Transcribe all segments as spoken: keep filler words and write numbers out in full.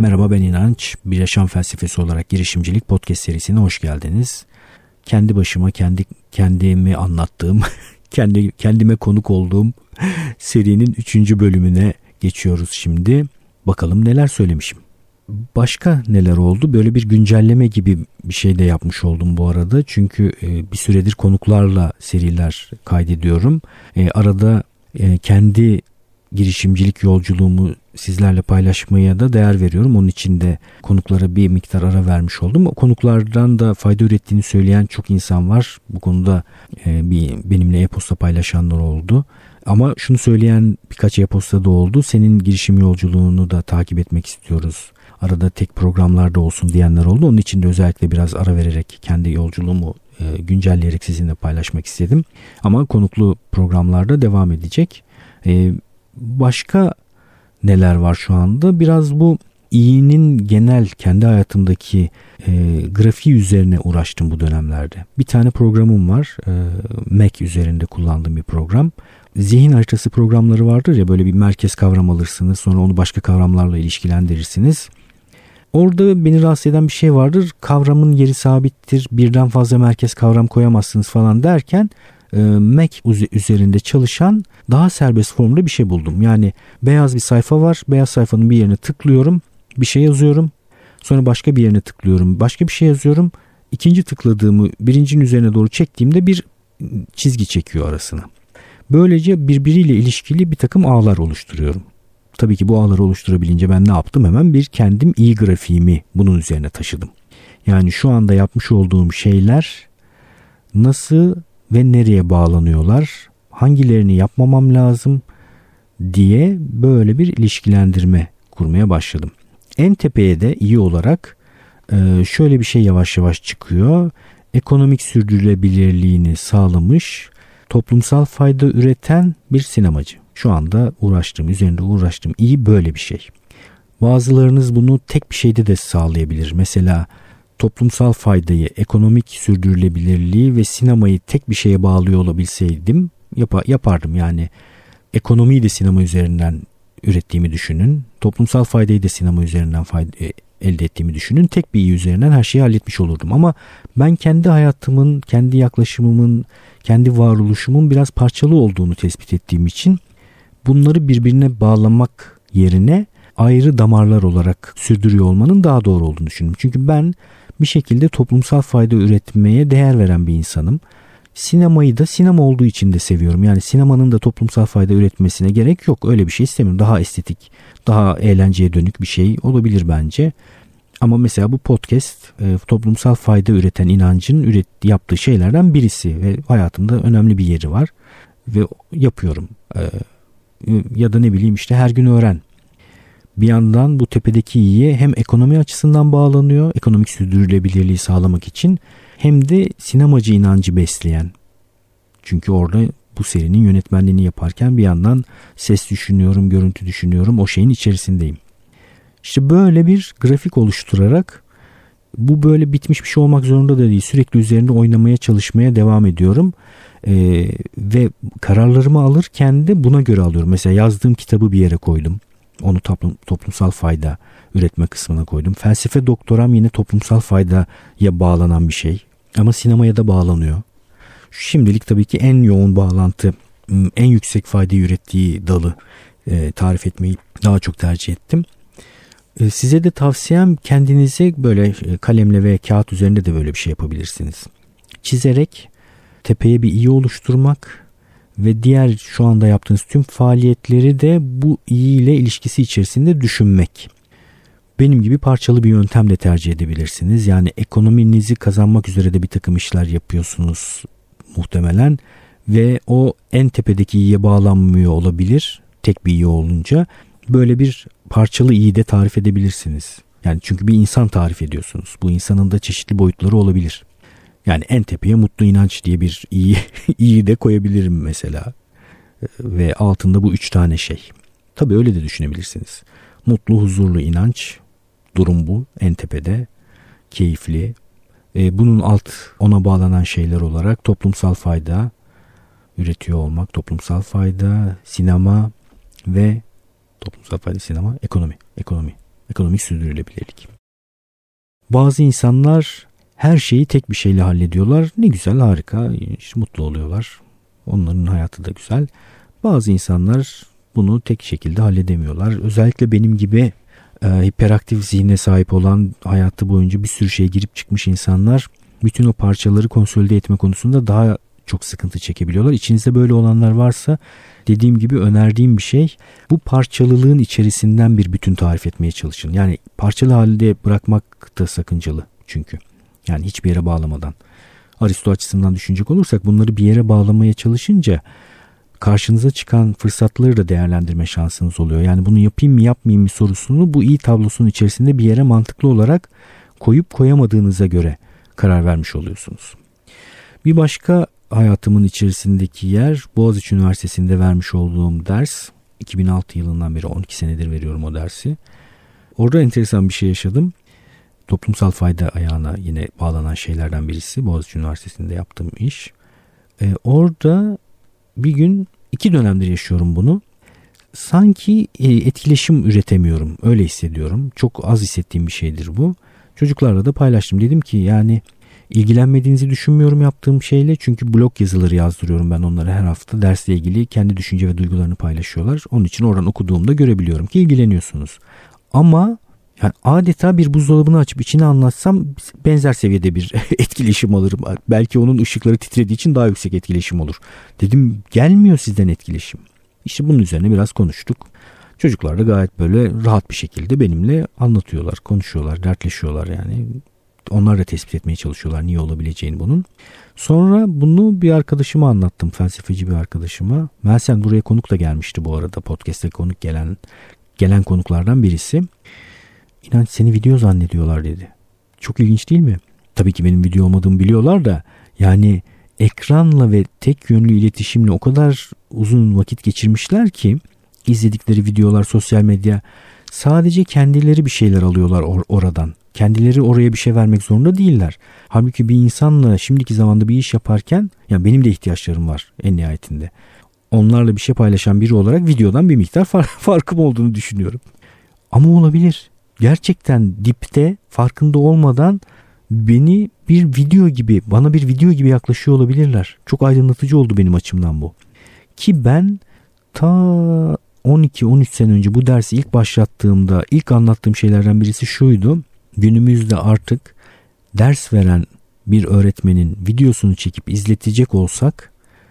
Merhaba, ben İnanç. Bir Yaşam Felsefesi olarak girişimcilik podcast serisine hoş geldiniz. Kendi başıma kendi kendimi anlattığım, kendi kendime konuk olduğum serinin üçüncü bölümüne geçiyoruz şimdi. Bakalım neler söylemişim. Başka neler oldu? Böyle bir güncelleme gibi bir şey de yapmış oldum bu arada. Çünkü bir süredir konuklarla seriler kaydediyorum. Arada kendi girişimcilik yolculuğumu sizlerle paylaşmaya da değer veriyorum. Onun için de konuklara bir miktar ara vermiş oldum. O konuklardan da fayda ürettiğini söyleyen çok insan var. Bu konuda e, bir benimle e-posta paylaşanlar oldu. Ama şunu söyleyen birkaç e-posta da oldu. Senin girişim yolculuğunu da takip etmek istiyoruz. Arada tek programlarda olsun diyenler oldu. Onun için de özellikle biraz ara vererek kendi yolculuğumu e, güncelleyerek sizinle paylaşmak istedim. Ama konuklu programlarda devam edecek. E, başka neler var şu anda? Biraz bu iyinin genel kendi hayatımdaki e, grafiği üzerine uğraştım bu dönemlerde. Bir tane programım var. E, Mac üzerinde kullandığım bir program. Zihin haritası programları vardır ya, böyle bir merkez kavram alırsınız. Sonra onu başka kavramlarla ilişkilendirirsiniz. Orada beni rahatsız eden bir şey vardır. Kavramın yeri sabittir. Birden fazla merkez kavram koyamazsınız falan derken Mac üzerinde çalışan daha serbest formda bir şey buldum. Yani beyaz bir sayfa var. Beyaz sayfanın bir yerine tıklıyorum. Bir şey yazıyorum. Sonra başka bir yerine tıklıyorum. Başka bir şey yazıyorum. İkinci tıkladığımı birincinin üzerine doğru çektiğimde bir çizgi çekiyor arasına. Böylece birbiriyle ilişkili bir takım ağlar oluşturuyorum. Tabii ki bu ağları oluşturabilince ben ne yaptım? Hemen bir kendim iyi grafiğimi bunun üzerine taşıdım. Yani şu anda yapmış olduğum şeyler nasıl ve nereye bağlanıyorlar, hangilerini yapmamam lazım diye böyle bir ilişkilendirme kurmaya başladım. En tepeye de iyi olarak şöyle bir şey yavaş yavaş çıkıyor. Ekonomik sürdürülebilirliğini sağlamış, toplumsal fayda üreten bir sinemacı. Şu anda uğraştığım, üzerinde uğraştığım iyi böyle bir şey. Bazılarınız bunu tek bir şeyde de sağlayabilir. Mesela toplumsal faydayı, ekonomik sürdürülebilirliği ve sinemayı tek bir şeye bağlıyor olabilseydim yap- yapardım. Yani ekonomiyi de sinema üzerinden ürettiğimi düşünün. Toplumsal faydayı da sinema üzerinden fayda, elde ettiğimi düşünün. Tek bir iyi üzerinden her şeyi halletmiş olurdum. Ama ben kendi hayatımın, kendi yaklaşımımın, kendi varoluşumun biraz parçalı olduğunu tespit ettiğim için bunları birbirine bağlamak yerine ayrı damarlar olarak sürdürüyor olmanın daha doğru olduğunu düşündüm. Çünkü ben bir şekilde toplumsal fayda üretmeye değer veren bir insanım. Sinemayı da sinema olduğu için de seviyorum. Yani sinemanın da toplumsal fayda üretmesine gerek yok. Öyle bir şey istemiyorum. Daha estetik, daha eğlenceye dönük bir şey olabilir bence. Ama mesela bu podcast e, toplumsal fayda üreten inancın üret, yaptığı şeylerden birisi ve hayatımda önemli bir yeri var. Ve yapıyorum. E, ya da ne bileyim işte her gün öğren. Bir yandan bu tepedeki iyiye hem ekonomi açısından bağlanıyor, ekonomik sürdürülebilirliği sağlamak için, hem de sinemacı inancı besleyen. Çünkü orada bu serinin yönetmenliğini yaparken bir yandan ses düşünüyorum, görüntü düşünüyorum, o şeyin içerisindeyim. İşte böyle bir grafik oluşturarak, bu böyle bitmiş bir şey olmak zorunda da değil, sürekli üzerinde oynamaya çalışmaya devam ediyorum. Ee, ve kararlarımı alırken de buna göre alıyorum. Mesela yazdığım kitabı bir yere koydum. Onu toplum, toplumsal fayda üretme kısmına koydum. Felsefe doktoram yine toplumsal faydaya bağlanan bir şey. Ama sinemaya da bağlanıyor. Şimdilik tabii ki en yoğun bağlantı, en yüksek faydayı ürettiği dalı e, tarif etmeyi daha çok tercih ettim. E, size de tavsiyem, kendinize böyle kalemle ve kağıt üzerinde de böyle bir şey yapabilirsiniz. Çizerek tepeye bir iyi oluşturmak ve diğer şu anda yaptığınız tüm faaliyetleri de bu iyi ile ilişkisi içerisinde düşünmek. Benim gibi parçalı bir yöntemle tercih edebilirsiniz. Yani ekonominizi kazanmak üzere de bir takım işler yapıyorsunuz muhtemelen ve o en tepedeki iyiye bağlanmıyor olabilir tek bir iyi olunca. Böyle bir parçalı iyi de tarif edebilirsiniz. Yani çünkü bir insan tarif ediyorsunuz. Bu insanın da çeşitli boyutları olabilir. Yani en tepeye mutlu inanç diye bir iyi, iyi de koyabilirim mesela. Ve altında bu üç tane şey. Tabii öyle de düşünebilirsiniz. Mutlu, huzurlu inanç, durum bu en tepede. Keyifli. E, bunun alt ona bağlanan şeyler olarak toplumsal fayda üretiyor olmak, toplumsal fayda, sinema ve toplumsal fayda, sinema, ekonomi. Ekonomi. Ekonomik sürdürülebilirlik. Bazı insanlar her şeyi tek bir şeyle hallediyorlar. Ne güzel, harika, işte mutlu oluyorlar. Onların hayatı da güzel. Bazı insanlar bunu tek şekilde halledemiyorlar. Özellikle benim gibi e, hiperaktif zihne sahip olan, hayatı boyunca bir sürü şeye girip çıkmış insanlar bütün o parçaları konsolide etme konusunda daha çok sıkıntı çekebiliyorlar. İçinizde böyle olanlar varsa dediğim gibi önerdiğim bir şey, bu parçalılığın içerisinden bir bütün tarif etmeye çalışın. Yani parçalı halde bırakmak da sakıncalı çünkü. Yani hiçbir yere bağlamadan. Aristo açısından düşünecek olursak bunları bir yere bağlamaya çalışınca karşınıza çıkan fırsatları da değerlendirme şansınız oluyor. Yani bunu yapayım mı yapmayayım mı sorusunu bu iyi tablosunun içerisinde bir yere mantıklı olarak koyup koyamadığınıza göre karar vermiş oluyorsunuz. Bir başka hayatımın içerisindeki yer Boğaziçi Üniversitesi'nde vermiş olduğum ders. iki bin altı yılından beri on iki senedir veriyorum o dersi. Orada enteresan bir şey yaşadım. Toplumsal fayda ayağına yine bağlanan şeylerden birisi Boğaziçi Üniversitesi'nde yaptığım iş. Ee, orada bir gün iki dönemdir yaşıyorum bunu. Sanki etkileşim üretemiyorum. Öyle hissediyorum. Çok az hissettiğim bir şeydir bu. Çocuklarla da paylaştım. Dedim ki yani ilgilenmediğinizi düşünmüyorum yaptığım şeyle. Çünkü blog yazıları yazdırıyorum ben onlara her hafta. Dersle ilgili kendi düşünce ve duygularını paylaşıyorlar. Onun için oradan okuduğumda görebiliyorum ki ilgileniyorsunuz. Ama yani adeta bir buzdolabını açıp içine anlatsam benzer seviyede bir etkileşim alırım. Belki onun ışıkları titrediği için daha yüksek etkileşim olur. Dedim gelmiyor sizden etkileşim. İşte bunun üzerine biraz konuştuk. Çocuklar da gayet böyle rahat bir şekilde benimle anlatıyorlar, konuşuyorlar, dertleşiyorlar yani. Onlar da tespit etmeye çalışıyorlar niye olabileceğini bunun. Sonra bunu bir arkadaşıma anlattım, felsefeci bir arkadaşıma. Melsen buraya konuk da gelmişti bu arada. Podcast'te konuk gelen gelen konuklardan birisi. İnan seni video zannediyorlar dedi. Çok ilginç değil mi? Tabii ki benim video olmadığımı biliyorlar da yani ekranla ve tek yönlü iletişimle o kadar uzun vakit geçirmişler ki izledikleri videolar, sosyal medya, sadece kendileri bir şeyler alıyorlar or- oradan. Kendileri oraya bir şey vermek zorunda değiller. Halbuki bir insanla şimdiki zamanda bir iş yaparken ya benim de ihtiyaçlarım var en nihayetinde. Onlarla bir şey paylaşan biri olarak videodan bir miktar far- farkım olduğunu düşünüyorum. Ama olabilir. Gerçekten dipte farkında olmadan beni bir video gibi, bana bir video gibi yaklaşıyor olabilirler. Çok aydınlatıcı oldu benim açımdan bu. Ki ben ta on iki on üç sene önce bu dersi ilk başlattığımda ilk anlattığım şeylerden birisi şuydu. Günümüzde artık ders veren bir öğretmenin videosunu çekip izletecek olsak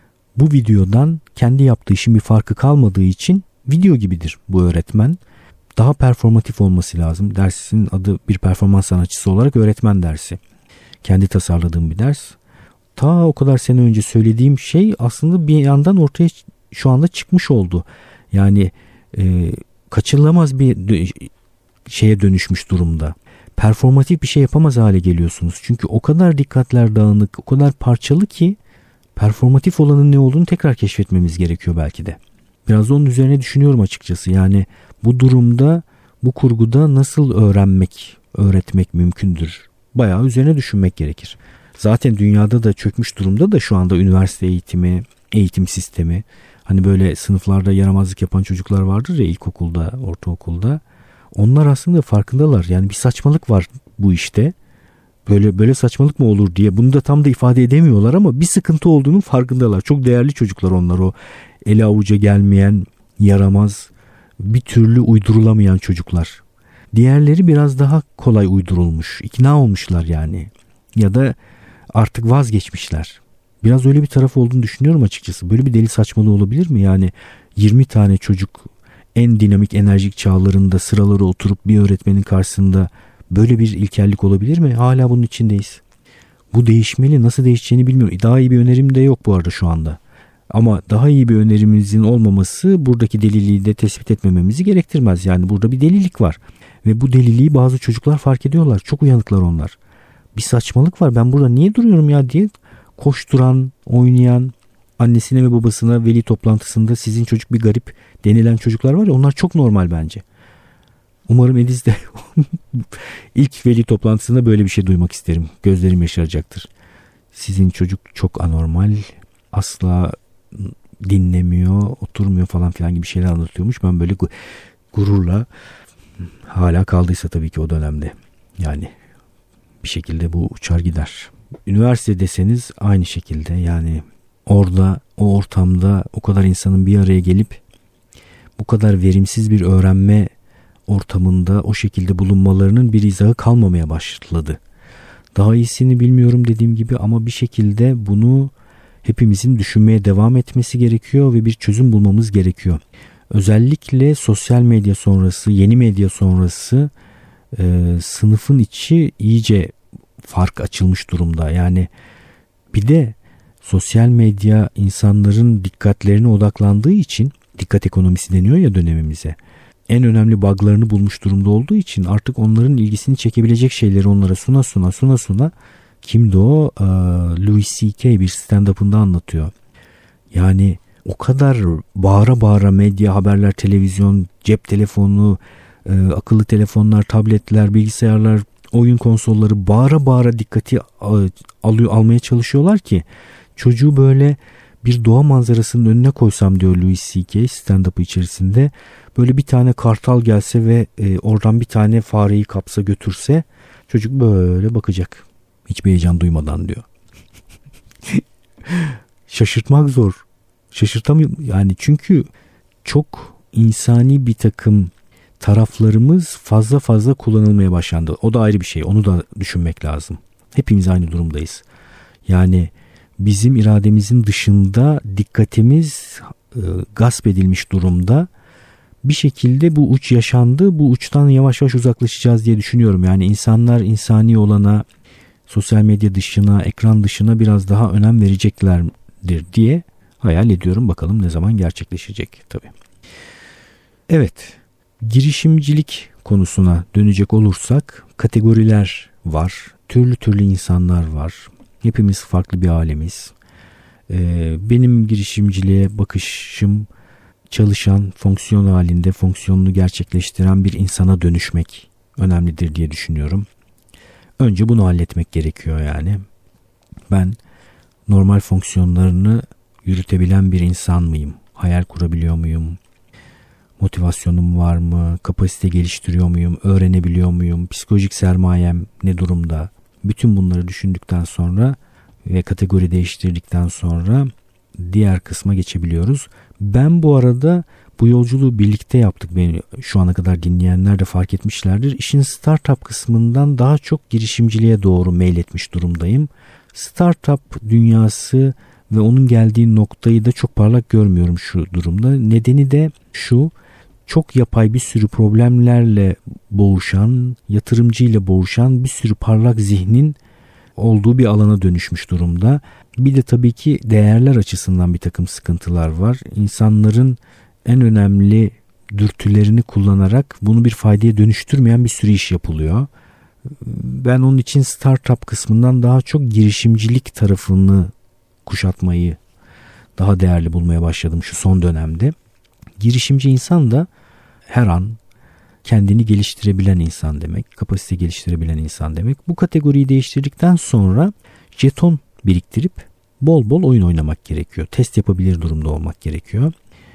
bu videodan kendi yaptığı işin bir farkı kalmadığı için video gibidir bu öğretmen. Daha performatif olması lazım. Dersin adı bir performans sanatçısı olarak öğretmen dersi. Kendi tasarladığım bir ders. Ta o kadar sene önce söylediğim şey aslında bir yandan ortaya şu anda çıkmış oldu. Yani e, kaçınılamaz bir şeye dönüşmüş durumda. Performatif bir şey yapamaz hale geliyorsunuz. Çünkü o kadar dikkatler dağınık, o kadar parçalı ki performatif olanın ne olduğunu tekrar keşfetmemiz gerekiyor belki de. Biraz da onun üzerine düşünüyorum açıkçası. Yani bu durumda, bu kurguda nasıl öğrenmek, öğretmek mümkündür? Bayağı üzerine düşünmek gerekir. Zaten dünyada da çökmüş durumda da şu anda üniversite eğitimi, eğitim sistemi. Hani böyle sınıflarda yaramazlık yapan çocuklar vardır ya ilkokulda, ortaokulda. Onlar aslında farkındalar. Yani bir saçmalık var bu işte. Böyle böyle saçmalık mı olur diye. Bunu da tam da ifade edemiyorlar ama bir sıkıntı olduğunun farkındalar. Çok değerli çocuklar onlar, o ele avuca gelmeyen, yaramaz, bir türlü uydurulamayan çocuklar. Diğerleri biraz daha kolay uydurulmuş, ikna olmuşlar yani. Ya da artık vazgeçmişler. Biraz öyle bir tarafı olduğunu düşünüyorum açıkçası. Böyle bir deli saçmalığı olabilir mi? Yani yirmi tane çocuk en dinamik, enerjik çağlarında sıralara oturup bir öğretmenin karşısında böyle bir ilkellik olabilir mi? Hala bunun içindeyiz. Bu değişmeli. Nasıl değişeceğini bilmiyorum. Daha iyi bir önerim de yok bu arada şu anda. Ama daha iyi bir önerimizin olmaması buradaki deliliği de tespit etmememizi gerektirmez. Yani burada bir delilik var. Ve bu deliliği bazı çocuklar fark ediyorlar. Çok uyanıklar onlar. Bir saçmalık var. Ben burada niye duruyorum ya diye koşturan, oynayan, annesine ve babasına veli toplantısında sizin çocuk bir garip denilen çocuklar var ya, onlar çok normal bence. Umarım Ediz de ilk veli toplantısında böyle bir şey duymak isterim. Gözlerim yaşaracaktır. Sizin çocuk çok anormal, asla dinlemiyor, oturmuyor falan filan gibi şeyler anlatıyormuş. Ben böyle gururla Hala kaldıysa tabii ki o dönemde. Yani bir şekilde bu uçar gider. Üniversite deseniz aynı şekilde, yani orada o ortamda o kadar insanın bir araya gelip bu kadar verimsiz bir öğrenme ortamında o şekilde bulunmalarının bir izahı kalmamaya başladı. Daha iyisini bilmiyorum dediğim gibi, ama bir şekilde bunu hepimizin düşünmeye devam etmesi gerekiyor ve bir çözüm bulmamız gerekiyor. Özellikle sosyal medya sonrası, yeni medya sonrası e, sınıfın içi iyice fark açılmış durumda. Yani bir de sosyal medya insanların dikkatlerine odaklandığı için, dikkat ekonomisi deniyor ya dönemimize, en önemli bug'larını bulmuş durumda olduğu için artık onların ilgisini çekebilecek şeyleri onlara suna suna suna suna, kimdi o? Ee, Louis C K bir stand-up'ında anlatıyor. Yani o kadar bağıra bağıra medya, haberler, televizyon, cep telefonu, e, akıllı telefonlar, tabletler, bilgisayarlar, oyun konsolları bağıra bağıra dikkati alıyor, almaya çalışıyorlar ki çocuğu böyle bir doğa manzarasının önüne koysam diyor Louis C K stand-up'ı içerisinde, böyle bir tane kartal gelse ve e, oradan bir tane fareyi kapsa götürse çocuk böyle bakacak. Hiçbir heyecan duymadan diyor. Şaşırtmak zor. Şaşırtamıyorum yani, çünkü çok insani bir takım taraflarımız fazla fazla kullanılmaya başlandı. O da ayrı bir şey. Onu da düşünmek lazım. Hepimiz aynı durumdayız. Yani bizim irademizin dışında dikkatimiz e, gasp edilmiş durumda. Bir şekilde bu uç yaşandı. Bu uçtan yavaş yavaş uzaklaşacağız diye düşünüyorum. Yani insanlar insani olana, sosyal medya dışına, ekran dışına biraz daha önem vereceklerdir diye hayal ediyorum. Bakalım ne zaman gerçekleşecek tabii. Evet, girişimcilik konusuna dönecek olursak kategoriler var. Türlü türlü insanlar var. Hepimiz farklı bir alemiz. Ee, benim girişimciliğe bakışım, çalışan, fonksiyon halinde fonksiyonunu gerçekleştiren bir insana dönüşmek önemlidir diye düşünüyorum. Önce bunu halletmek gerekiyor yani. Ben normal fonksiyonlarını yürütebilen bir insan mıyım? Hayal kurabiliyor muyum? Motivasyonum var mı? Kapasite geliştiriyor muyum? Öğrenebiliyor muyum? Psikolojik sermayem ne durumda? Bütün bunları düşündükten sonra ve kategori değiştirdikten sonra diğer kısma geçebiliyoruz. Ben bu arada bu yolculuğu birlikte yaptık. Beni şu ana kadar dinleyenler de fark etmişlerdir. İşin startup kısmından daha çok girişimciliğe doğru meyletmiş durumdayım. Startup dünyası ve onun geldiği noktayı da çok parlak görmüyorum şu durumda. Nedeni de şu: çok yapay bir sürü problemlerle boğuşan, yatırımcıyla boğuşan bir sürü parlak zihnin olduğu bir alana dönüşmüş durumda. Bir de tabii ki değerler açısından bir takım sıkıntılar var. İnsanların en önemli dürtülerini kullanarak bunu bir faydaya dönüştürmeyen bir sürü iş yapılıyor. Ben onun için startup kısmından daha çok girişimcilik tarafını kuşatmayı daha değerli bulmaya başladım şu son dönemde. Girişimci insan da her an kendini geliştirebilen insan demek, kapasite geliştirebilen insan demek. Bu kategoriyi değiştirdikten sonra jeton biriktirip bol bol oyun oynamak gerekiyor. Test yapabilir durumda olmak gerekiyor.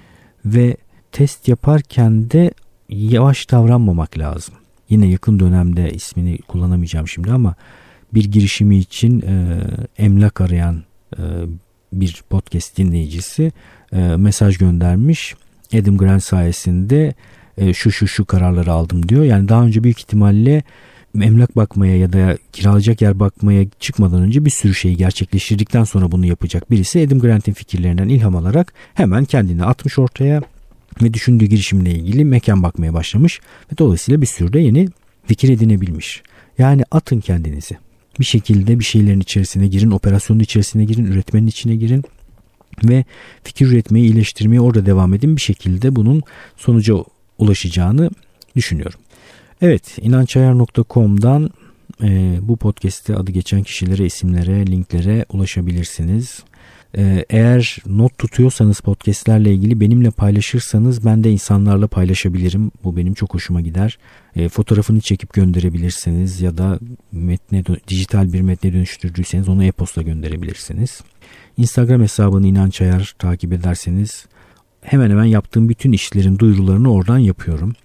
Ve test yaparken de yavaş davranmamak lazım. Yine yakın dönemde ismini kullanamayacağım şimdi ama bir girişimi için e, emlak arayan e, bir podcast dinleyicisi e, mesaj göndermiş. Adam Grant sayesinde e, şu şu şu kararları aldım diyor. Yani daha önce büyük ihtimalle emlak bakmaya ya da kiralayacak yer bakmaya çıkmadan önce bir sürü şeyi gerçekleştirdikten sonra bunu yapacak birisi Adam Grant'in fikirlerinden ilham alarak hemen kendini atmış ortaya ve düşündüğü girişimle ilgili mekan bakmaya başlamış ve dolayısıyla bir sürü de yeni fikir edinebilmiş. Yani atın kendinizi. Bir şekilde bir şeylerin içerisine girin, operasyonun içerisine girin, üretmenin içine girin ve fikir üretmeyi, iyileştirmeye orada devam edin. Bir şekilde bunun sonuca ulaşacağını düşünüyorum. Evet, inançayar nokta com'dan e, bu podcast'te adı geçen kişilere, isimlere, linklere ulaşabilirsiniz. E, eğer not tutuyorsanız podcast'lerle ilgili benimle paylaşırsanız ben de insanlarla paylaşabilirim. Bu benim çok hoşuma gider. E, fotoğrafını çekip gönderebilirsiniz ya da metne, dijital bir metne dönüştürdüyseniz onu e-posta gönderebilirsiniz. Instagram hesabını inançayar takip ederseniz hemen hemen yaptığım bütün işlerin duyurularını oradan yapıyorum.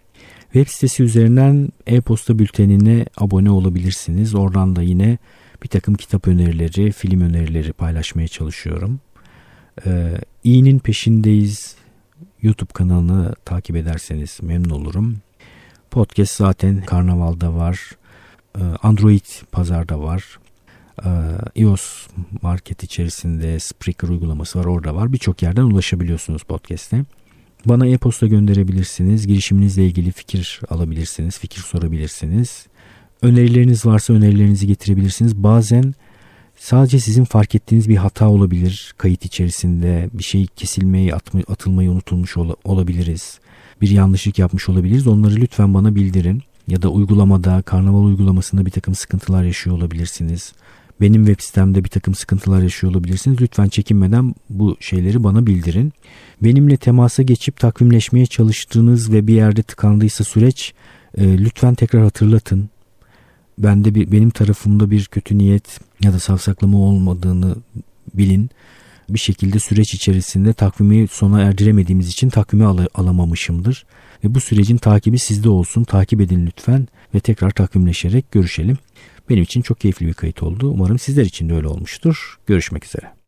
Web sitesi üzerinden e-posta bültenine abone olabilirsiniz. Oradan da yine bir takım kitap önerileri, film önerileri paylaşmaya çalışıyorum. Ee, İyinin Peşindeyiz YouTube kanalını takip ederseniz memnun olurum. Podcast zaten Karnaval'da var. Android pazarda var. iOS market içerisinde Spreaker uygulaması var, orada var. Birçok yerden ulaşabiliyorsunuz podcast'e. Bana e-posta gönderebilirsiniz. Girişiminizle ilgili fikir alabilirsiniz. Fikir sorabilirsiniz. Önerileriniz varsa önerilerinizi getirebilirsiniz. Bazen sadece sizin fark ettiğiniz bir hata olabilir. Kayıt içerisinde bir şey kesilmeyi, atılmayı unutulmuş olabiliriz. Bir yanlışlık yapmış olabiliriz. Onları lütfen bana bildirin. Ya da uygulamada, Karnaval uygulamasında bir takım sıkıntılar yaşıyor olabilirsiniz. Benim web sitemde bir takım sıkıntılar yaşıyor olabilirsiniz. Lütfen çekinmeden bu şeyleri bana bildirin. Benimle temasa geçip takvimleşmeye çalıştığınız ve bir yerde tıkandıysa süreç, e, lütfen tekrar hatırlatın. Bende bir, benim tarafımda bir kötü niyet ya da savsaklama olmadığını bilin. Bir şekilde süreç içerisinde takvimi sona erdiremediğimiz için takvimi al- alamamışımdır. Ve bu sürecin takibi sizde olsun. Takip edin lütfen ve tekrar takvimleşerek görüşelim. Benim için çok keyifli bir kayıt oldu. Umarım sizler için de öyle olmuştur. Görüşmek üzere.